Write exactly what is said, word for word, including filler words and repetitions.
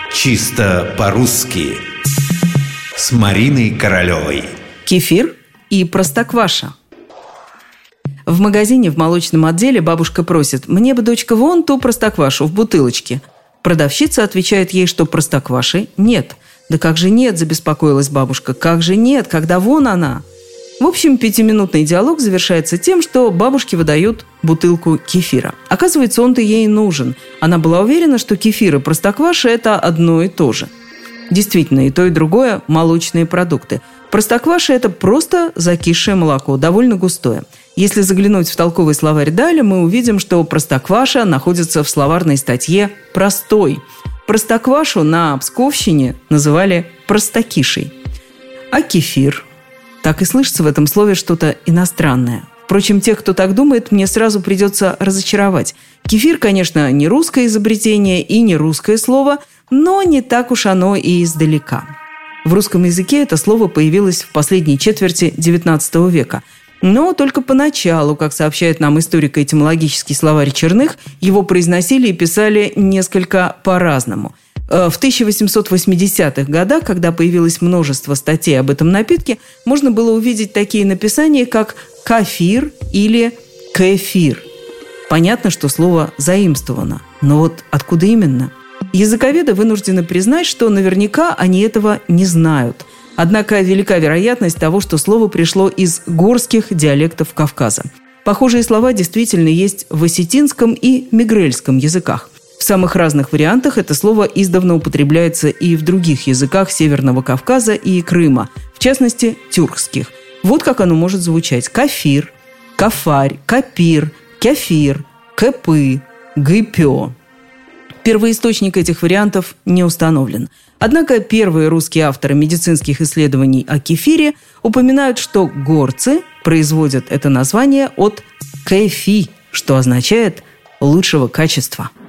Чисто по-русски с Мариной Королевой. Кефир и простокваша. В магазине в молочном отделе бабушка просит: «Мне бы, дочка, вон ту простоквашу в бутылочке». Продавщица отвечает ей, что простокваши нет. «Да как же нет?» – забеспокоилась бабушка. «Как же нет, когда вон она?» В общем, пятиминутный диалог завершается тем, что бабушке выдают бутылку кефира. Оказывается, он-то ей нужен. Она была уверена, что кефир и простокваша – это одно и то же. Действительно, и то, и другое – молочные продукты. Простокваша – это просто закисшее молоко, довольно густое. Если заглянуть в толковый словарь Даля, мы увидим, что простокваша находится в словарной статье «простой». Простоквашу на псковщине называли простокишей. А кефир? Так и слышится в этом слове что-то иностранное. Впрочем, тех, кто так думает, мне сразу придется разочаровать. Кефир, конечно, не русское изобретение и не русское слово, но не так уж оно и издалека. В русском языке это слово появилось в последней четверти девятнадцатого века. Но только поначалу, как сообщает нам историко-этимологический словарь Черных, его произносили и писали несколько по-разному. В тысяча восемьсот восьмидесятых годах, когда появилось множество статей об этом напитке, можно было увидеть такие написания, как «кафир» или «кефир». Понятно, что слово заимствовано, но вот откуда именно? Языковеды вынуждены признать, что наверняка они этого не знают. Однако велика вероятность того, что слово пришло из горских диалектов Кавказа. Похожие слова действительно есть в осетинском и мигрельском языках. В самых разных вариантах это слово издавна употребляется и в других языках Северного Кавказа и Крыма, в частности, тюркских. Вот как оно может звучать: кафир, кафарь, капир, кефир, кэпы, гыпё. Первоисточник этих вариантов не установлен. Однако первые русские авторы медицинских исследований о кефире упоминают, что горцы производят это название от кефи, что означает «лучшего качества».